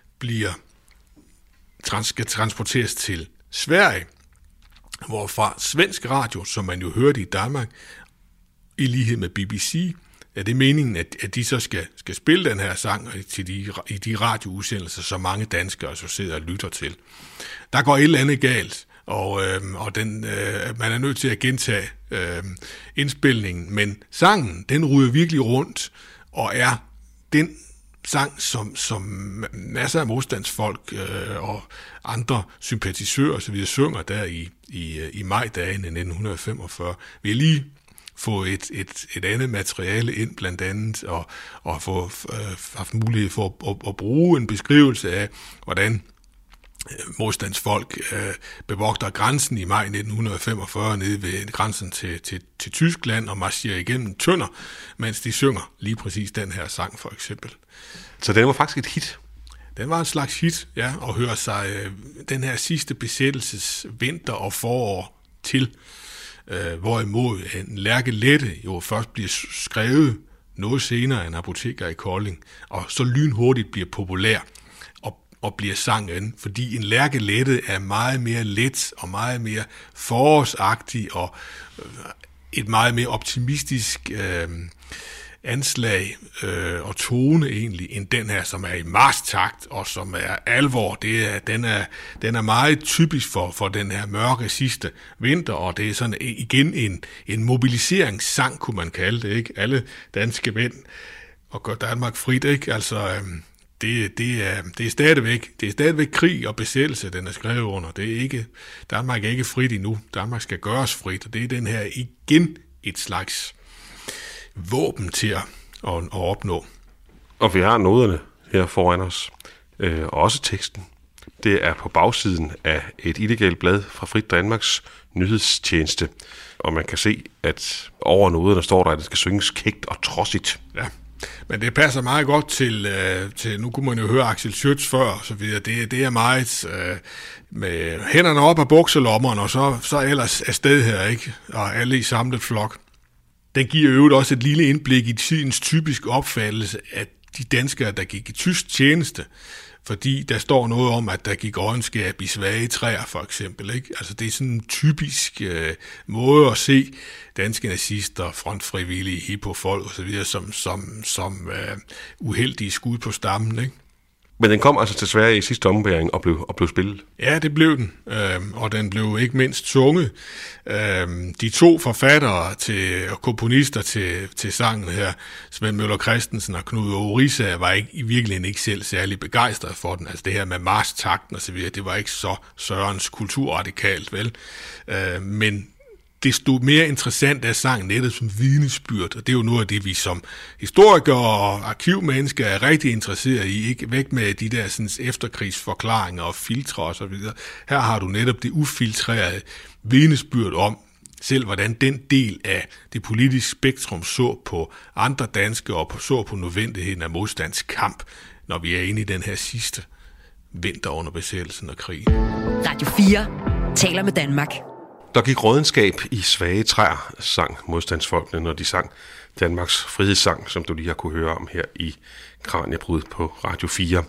skal transporteres til Sverige, hvorfra svensk radio, som man jo hørte i Danmark, i lighed med BBC, er det meningen, at de så skal spille den her sang i de radioudsendelser, som mange danskere så sidder og lytter til. Der går et eller andet galt, og man er nødt til at gentage indspilningen, men sangen, den ryger virkelig rundt, og er den sang, som masser af modstandsfolk og andre sympatisører og så videre synger der i majdagene 1945. Vi har lige få et andet materiale ind blandt andet, og få haft mulighed for at bruge en beskrivelse af, hvordan modstandsfolk bevogter grænsen i maj 1945 nede ved grænsen til Tyskland og marcherer igennem Tønder, mens de synger lige præcis den her sang for eksempel. Så den var faktisk et hit? Den var en slags hit, ja, og hører sig den her sidste besættelses vinter og forår til, hvorimod en Lærke Lette jo først bliver skrevet noget senere af en apoteker i Kolding, og så lynhurtigt bliver populær og bliver sangen, fordi en Lærke Lette er meget mere let og meget mere forårsagtig og et meget mere optimistisk anslag og tone egentlig, end den her, som er i marstakt og som er alvor. Den er meget typisk for den her mørke sidste vinter, og det er sådan igen en mobiliseringssang, kunne man kalde det, ikke? Alle danske mænd og gør Danmark frit, ikke? Altså, det er stadigvæk krig og besættelse, den er skrevet under. Danmark er ikke frit endnu. Danmark skal gøres frit, og det er den her igen et slags våben til at opnå. Og vi har noderne her foran os, og også teksten. Det er på bagsiden af et illegalt blad fra Frit Danmarks nyhedstjeneste, og man kan se, at over noderne står der, at det skal synges kægt og trodsigt. Ja. Men det passer meget godt til nu kunne man jo høre Axel Schütz før, og så videre. Det er meget med hænderne op af bukselommerne, og så ellers afsted her, ikke? Og alle i samlet flok. Den giver øvrigt også et lille indblik i tidens typiske opfattelse af de danskere, der gik i tysk tjeneste, fordi der står noget om, at der gik rådenskab i svage træer, for eksempel, ikke? Altså, det er sådan en typisk måde at se danske nazister, frontfrivillige, hippofolk og så videre, som uheldige skud på stammen, ikke? Men den kom altså til Sverige i sidste ombæring og blev spillet? Ja, det blev den, og den blev ikke mindst sunget. De to forfattere og komponister til sangen her, Svend Møller Christensen og Knud Orisa, var i virkeligheden ikke selv særlig begejstrede for den. Altså det her med marchtakten og så videre, det var ikke så Sørens kulturradikalt, vel? Men desto mere interessant er sangen netop som vidnesbyrd, og det er jo noget af det, vi som historikere og arkivmennesker er rigtig interesseret i, ikke væk med de der sådan, efterkrigsforklaringer og filtre og så videre. Her har du netop det ufiltrerede vidnesbyrd om selv, hvordan den del af det politiske spektrum så på andre danskere og så på nødvendigheden af modstandskamp, når vi er inde i den her sidste vinter under besættelsen og krigen. Radio 4 taler med Danmark. Der gik rådenskab i svage træer, sang modstandsfolkene, når de sang Danmarks frihedssang, som du lige har kunne høre om her i Kraniebrud på Radio 4.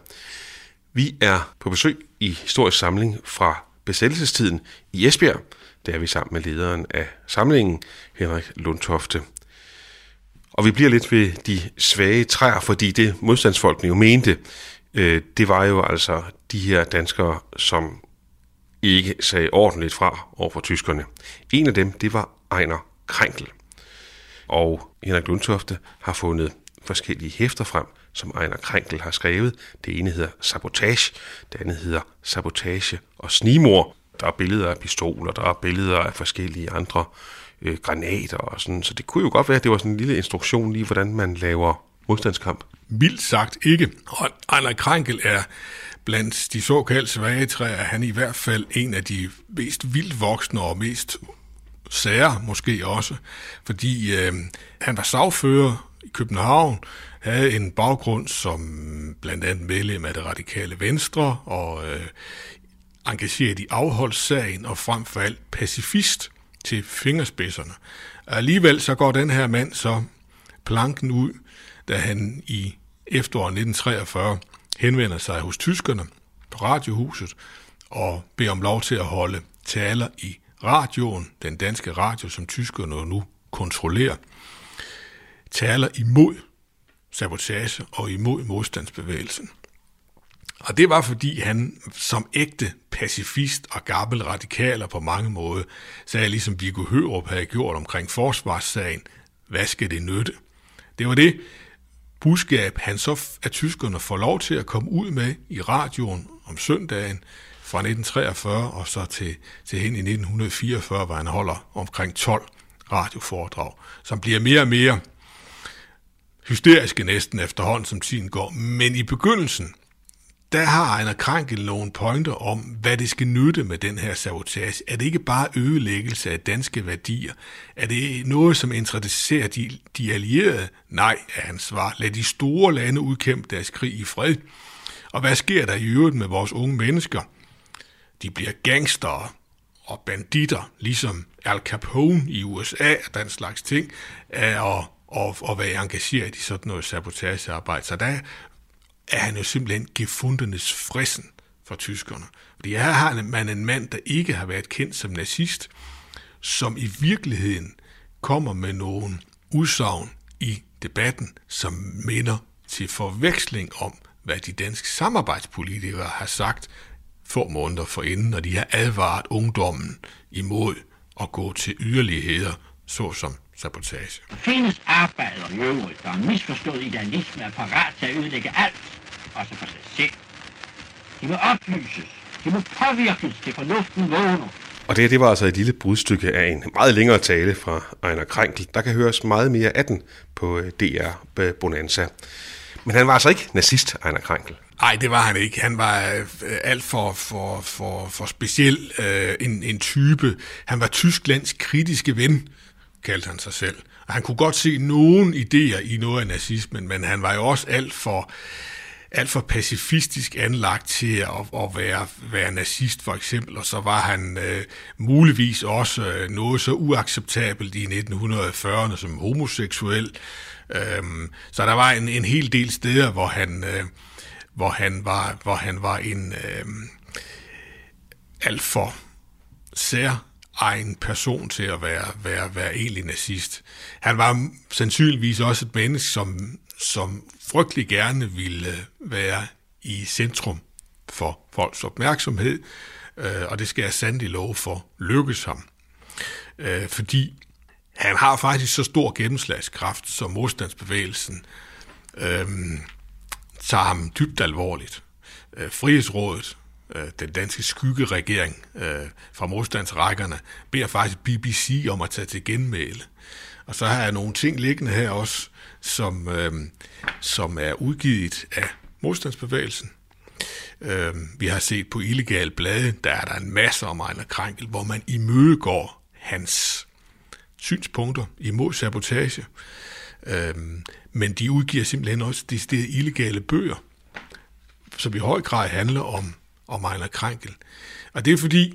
Vi er på besøg i historisk samling fra besættelsestiden i Esbjerg. Der er vi sammen med lederen af samlingen, Henrik Lundtofte. Og vi bliver lidt ved de svage træer, fordi det modstandsfolkene jo mente, det var jo altså de her danskere, som ikke sagde ordentligt fra over for tyskerne. En af dem, det var Ejner Krænkel. Og Henrik Lundtofte har fundet forskellige hæfter frem, som Ejner Krænkel har skrevet. Det ene hedder Sabotage, det andet hedder Sabotage og snigmord. Der er billeder af pistoler, der er billeder af forskellige andre granater og sådan. Så det kunne jo godt være, at det var sådan en lille instruktion lige, hvordan man laver modstandskamp. Vildt sagt ikke. Og Ejner Krænkel er blandt de såkaldte svage træer, han i hvert fald en af de mest vildt voksne og mest sære måske også, fordi han var sagfører i København, havde en baggrund som blandt andet medlem af det radikale Venstre og engageret i afholdssagen og frem for alt pacifist til fingerspidserne. Alligevel så går den her mand så planken ud, da han i efteråret 1943 henvender sig hos tyskerne på Radiohuset og beder om lov til at holde taler i radioen, den danske radio, som tyskerne nu kontrollerer, taler imod sabotage og imod modstandsbevægelsen. Og det var, fordi han som ægte pacifist og gammel radikaler på mange måder sagde, ligesom Viggo Hørup havde gjort omkring forsvarssagen, hvad skal det nytte? Det var det budskab, han så af tyskerne får lov til at komme ud med i radioen om søndagen fra 1943 og så til hen i 1944, hvor han holder omkring 12 radioforedrag, som bliver mere og mere hysteriske næsten efterhånden, som tiden går. Men i begyndelsen, der har Einar Krænkel nogle pointer om, hvad det skal nytte med den her sabotage. Er det ikke bare ødelæggelse af danske værdier? Er det noget, som interesserer de allierede? Nej, er hans svar. Lad de store lande udkæmpe deres krig i fred. Og hvad sker der i øvrigt med vores unge mennesker? De bliver gangstere og banditter, ligesom Al Capone i USA og den slags ting, at være engageret i sådan noget sabotagearbejde. Så der er han jo simpelthen gefundenes frissen for tyskerne. Fordi her har man en mand, der ikke har været kendt som nazist, som i virkeligheden kommer med nogle udsagn i debatten, som minder til forveksling om, hvad de danske samarbejdspolitikere har sagt få måneder forinden, når de har advaret ungdommen imod at gå til yderligheder, såsom sabotage. Der findes arbejdere i øvrigt, der er misforstået idealisme, er parat til at ødelægge alt, også for sig selv. De må oplyses, de må påvirkes til fornuften vågner. Og det var altså et lille brudstykke af en meget længere tale fra Einar Krænkel. Der kan høres meget mere af den på DR Bonanza. Men han var altså ikke nazist, Einar Krænkel. Nej, det var han ikke. Han var alt for speciel en type. Han var Tysklands kritiske ven, kaldte han sig selv. Og han kunne godt se nogle idéer i noget af nazismen, men han var jo også alt for pacifistisk anlagt til at være nazist, for eksempel. Og så var han muligvis også noget så uacceptabelt i 1940'erne som homoseksuel. Så der var en hel del steder, hvor han var en alt for særegen person til at være egentlig nazist. Han var sandsynligvis også et menneske, som frygtelig gerne ville være i centrum for folks opmærksomhed, og det skal jeg sandelig love for lykkes ham. Fordi han har faktisk så stor gennemslagskraft, som modstandsbevægelsen tager ham dybt alvorligt. Frihedsrådet, den danske skyggeregering fra modstandsrækkerne, beder faktisk BBC om at tage til genmæle. Og så har jeg nogle ting liggende her også, som er udgivet af modstandsbevægelsen. Vi har set på Illegal Blade, der er der en masse om Einar Krænkel, hvor man imødegår hans synspunkter imod sabotage. Men de udgiver simpelthen også de illegale bøger, som i høj grad handler om Einar Krænkel. Og det er fordi,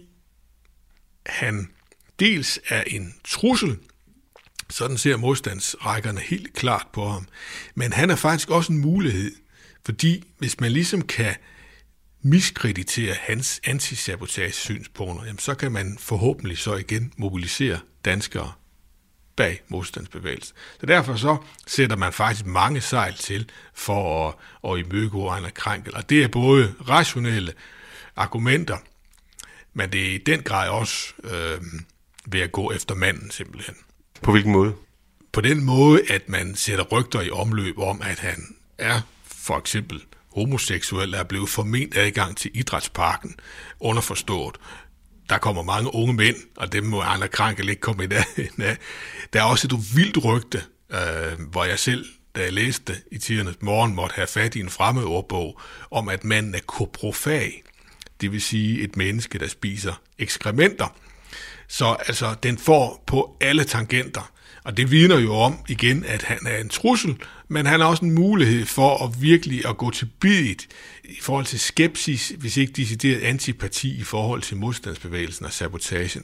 han dels er en trussel, sådan ser modstandsrækkerne helt klart på ham, men han er faktisk også en mulighed, fordi hvis man ligesom kan miskreditere hans antisabotage-synspunkter, jamen så kan man forhåbentlig så igen mobilisere danskere bag modstandsbevægelsen. Så derfor så sætter man faktisk mange sejl til for at imødegå Einar Krænkel. Og det er både rationelle argumenter, men det er i den grad også ved at gå efter manden simpelthen. På hvilken måde? På den måde, at man sætter rygter i omløb om, at han er for eksempel homoseksuel, er blevet forment adgang til idrætsparken, underforstået. Der kommer mange unge mænd, og dem må Einar Krænkel ikke komme i nærheden af. Der er også et vildt rygte, hvor jeg selv, da jeg læste i tidernes morgen, måtte have fat i en fremmedordbog, om at manden er koprofag, det vil sige et menneske, der spiser ekskrementer. Så altså, den får på alle tangenter, og det vidner jo om igen, at han er en trussel, men han har også en mulighed for at virkelig at gå til biddet i forhold til skepsis, hvis ikke decideret antipati i forhold til modstandsbevægelsen og sabotagen.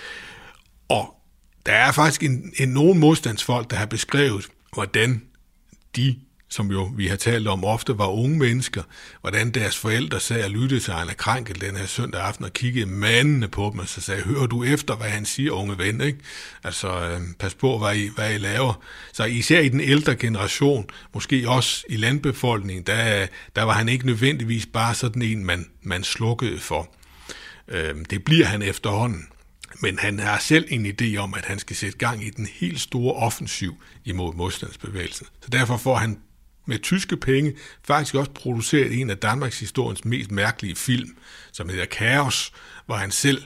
Og der er faktisk nogle modstandsfolk, der har beskrevet, hvordan de, som jo vi har talt om ofte, var unge mennesker, hvordan deres forældre sad og lyttede til Einar Krænkel den her søndag aften og kiggede mandene på dem og så sagde, hører du efter, hvad han siger, unge ven, ikke? Altså, pas på, hvad I laver. Så især i den ældre generation, måske også i landbefolkningen, der var han ikke nødvendigvis bare sådan en, man slukkede for. Det bliver han efterhånden. Men han har selv en idé om, at han skal sætte gang i den helt store offensiv imod modstandsbevægelsen. Så derfor får han med tyske penge faktisk også produceret en af Danmarks historiens mest mærkelige film, som hedder Kaos, hvor han selv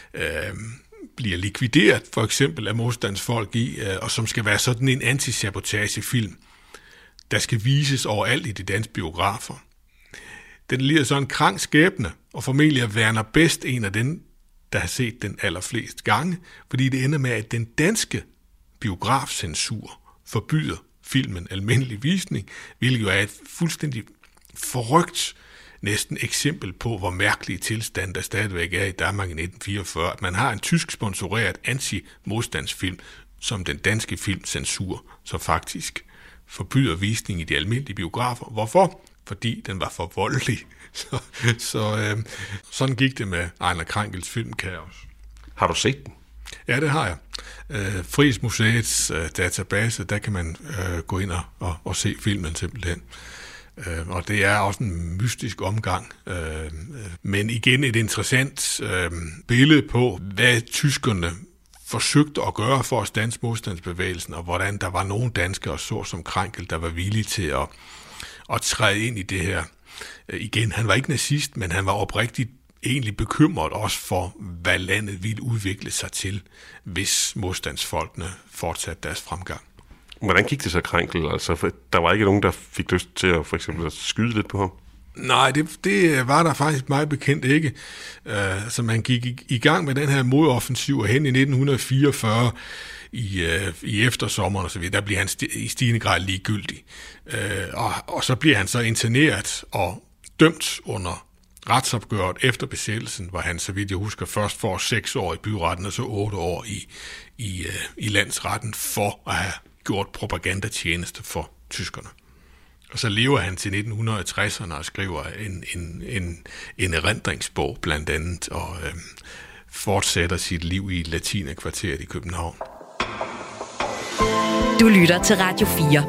bliver likvideret, for eksempel af modstandsfolk i, og som skal være sådan en antisabotagefilm, der skal vises overalt i de danske biografer. Den lider så en krank skæbne, og formentlig er Werner Best en af dem, der har set den allerflest gange, fordi det ender med, at den danske biografcensur forbyder filmen almindelig visning, hvilket jo er et fuldstændig forrygt næsten eksempel på, hvor mærkelige tilstand der stadigvæk er i Danmark i 1944, at man har en tysk sponsoreret anti-modstandsfilm, som den danske filmcensur så faktisk forbyder visning i de almindelige biografer. Hvorfor? Fordi den var for voldelig. Sådan gik det med Einar Krankels filmkaos. Har du set den? Ja, det har jeg. Frihedsmuseets database, der kan man gå ind og se filmen simpelthen. Og det er også en mystisk omgang. Men igen et interessant billede på, hvad tyskerne forsøgte at gøre for at standse modstandsbevægelsen, og hvordan der var nogle danskere, så som Krankel, der var villige til at træde ind i det her. Igen, han var ikke nazist, men han var oprigtigt egentlig bekymret også for, hvad landet ville udvikle sig til, hvis modstandsfolkene fortsatte deres fremgang. Hvordan gik det så, Krankel? Altså, der var ikke nogen, der fik lyst til at for eksempel at skyde lidt på ham? Nej, det var der faktisk meget bekendt ikke. Så man gik i gang med den her modoffensiv, og hen i 1944 i eftersommeren og så videre, der bliver han i stigende grad ligegyldig. Og så bliver han så interneret og dømt under retsopgøret efter besættelsen, hvor han, så vidt jeg husker, først får 6 år i byretten og så 8 år i landsretten for at have gjort propagandatjeneste for tyskerne. Og så lever han til 1960'erne og skriver en erindringsbog blandt andet, og fortsætter sit liv i Latinekvarteret i København. Du lytter til Radio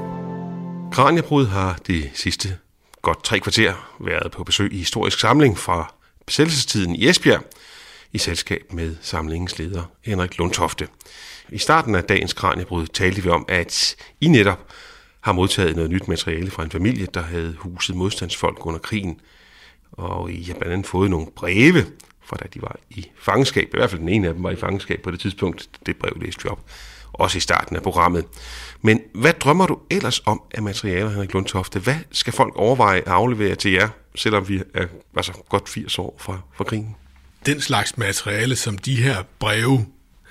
4. Kraniebrud har de sidste godt 3 kvarter været på besøg i Historisk Samling fra besættelsestiden i Esbjerg i selskab med samlingens leder Henrik Lundtofte. I starten af dagens Kraniebrud talte vi om, at I netop har modtaget noget nyt materiale fra en familie, der havde huset modstandsfolk under krigen. Og I har blandt andet fået nogle breve, fra da de var i fangenskab. I hvert fald den ene af dem var i fangenskab på det tidspunkt. Det brev læste vi op, også i starten af programmet. Men hvad drømmer du ellers om af materialer, Henrik Lundtofte? Hvad skal folk overveje at aflevere til jer, selvom vi er godt 80 år fra krigen? Den slags materiale, som de her breve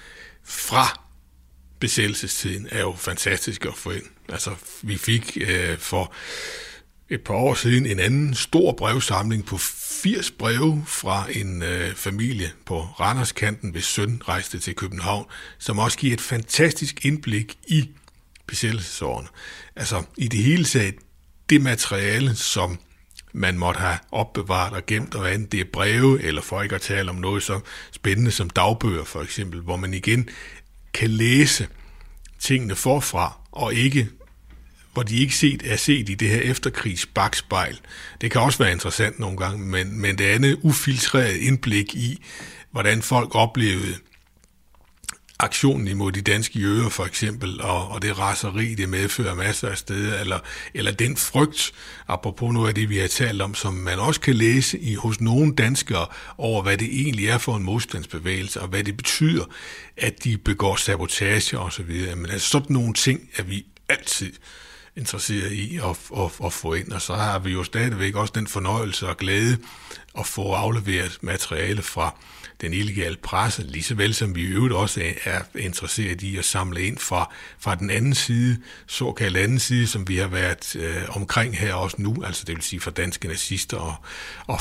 fra besættelsestiden, er jo fantastisk at få ind. Altså, vi fik for et par år siden en anden stor brevsamling på 80 breve fra en familie på Randerskanten, hvis søn rejste til København, som også giver et fantastisk indblik i besættelsesårene. Altså, i det hele taget, det materiale, som man måtte have opbevaret og gemt, og andet, det er breve, eller for ikke at tale om noget så spændende som dagbøger for eksempel, hvor man igen kan læse tingene forfra, og ikke, hvor de ikke er set i det her efterkrigsbakspejl. Det kan også være interessant nogle gange, men det andet ufiltreret indblik i, hvordan folk oplevede aktionen imod de danske jøder for eksempel, og det raseri, det medfører masser af steder, eller den frygt, apropos noget af det, vi har talt om, som man også kan læse hos nogle danskere over, hvad det egentlig er for en modstandsbevægelse, og hvad det betyder, at de begår sabotage osv. Men altså sådan nogle ting er vi altid interesseret i at få ind, og så har vi jo stadigvæk også den fornøjelse og glæde at få afleveret materiale fra den illegale presse, lige så vel som vi i øvrigt også er interesseret i at samle ind fra den anden side, såkaldt anden side, som vi har været omkring her også nu, altså det vil sige fra danske nazister og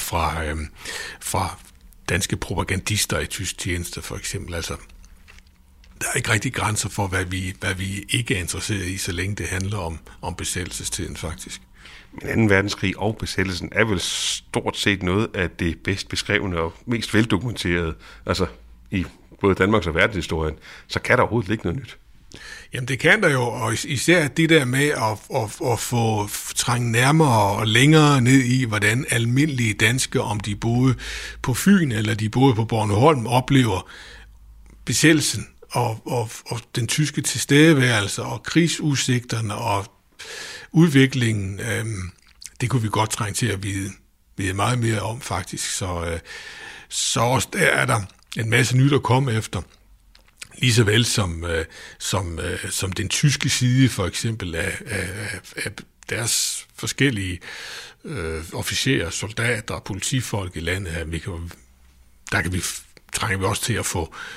fra danske propagandister i tysk tjeneste for eksempel. Altså, der er ikke rigtig grænser for, hvad vi ikke er interesseret i, så længe det handler om besættelsestiden faktisk. Men 2. verdenskrig og besættelsen er vel stort set noget af det bedst beskrevne og mest veldokumenterede, altså i både Danmarks og verdenshistorien, så kan der overhovedet ikke noget nyt. Jamen det kan der jo, og især det der med at få trænge nærmere og længere ned i, hvordan almindelige danskere, om de boede på Fyn eller de boede på Bornholm, oplever besættelsen og den tyske tilstedeværelse og krigsudsigterne og udviklingen, det kunne vi godt trænge til at vide meget mere om faktisk. Så også der er der en masse nyt at komme efter. Lige så vel som den tyske side for eksempel af deres forskellige officerer, soldater og politifolk i landet her. Trænger vi også til at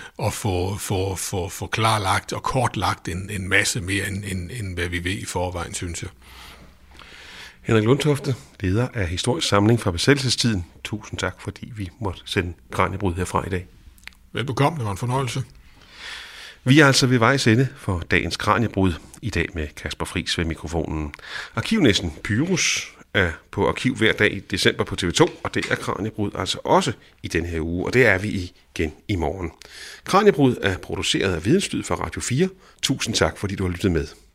få klarlagt og kortlagt en masse mere, end hvad vi ved i forvejen, synes jeg. Henrik Lundtofte, leder af Historisk Samling fra besættelsestiden. Tusind tak, fordi vi måtte sende Kraniebrud herfra i dag. Velbekomme, det var en fornøjelse. Vi er altså ved vejs ende for dagens Kraniebrud, i dag med Kasper Friis ved mikrofonen. Arkivnæsten Pyrus er på arkiv hver dag i december på TV2, og det er Kraniebrud altså også i den her uge, og det er vi igen i morgen. Kraniebrud er produceret af Videnslyd for Radio 4. Tusind tak, fordi du har lyttet med.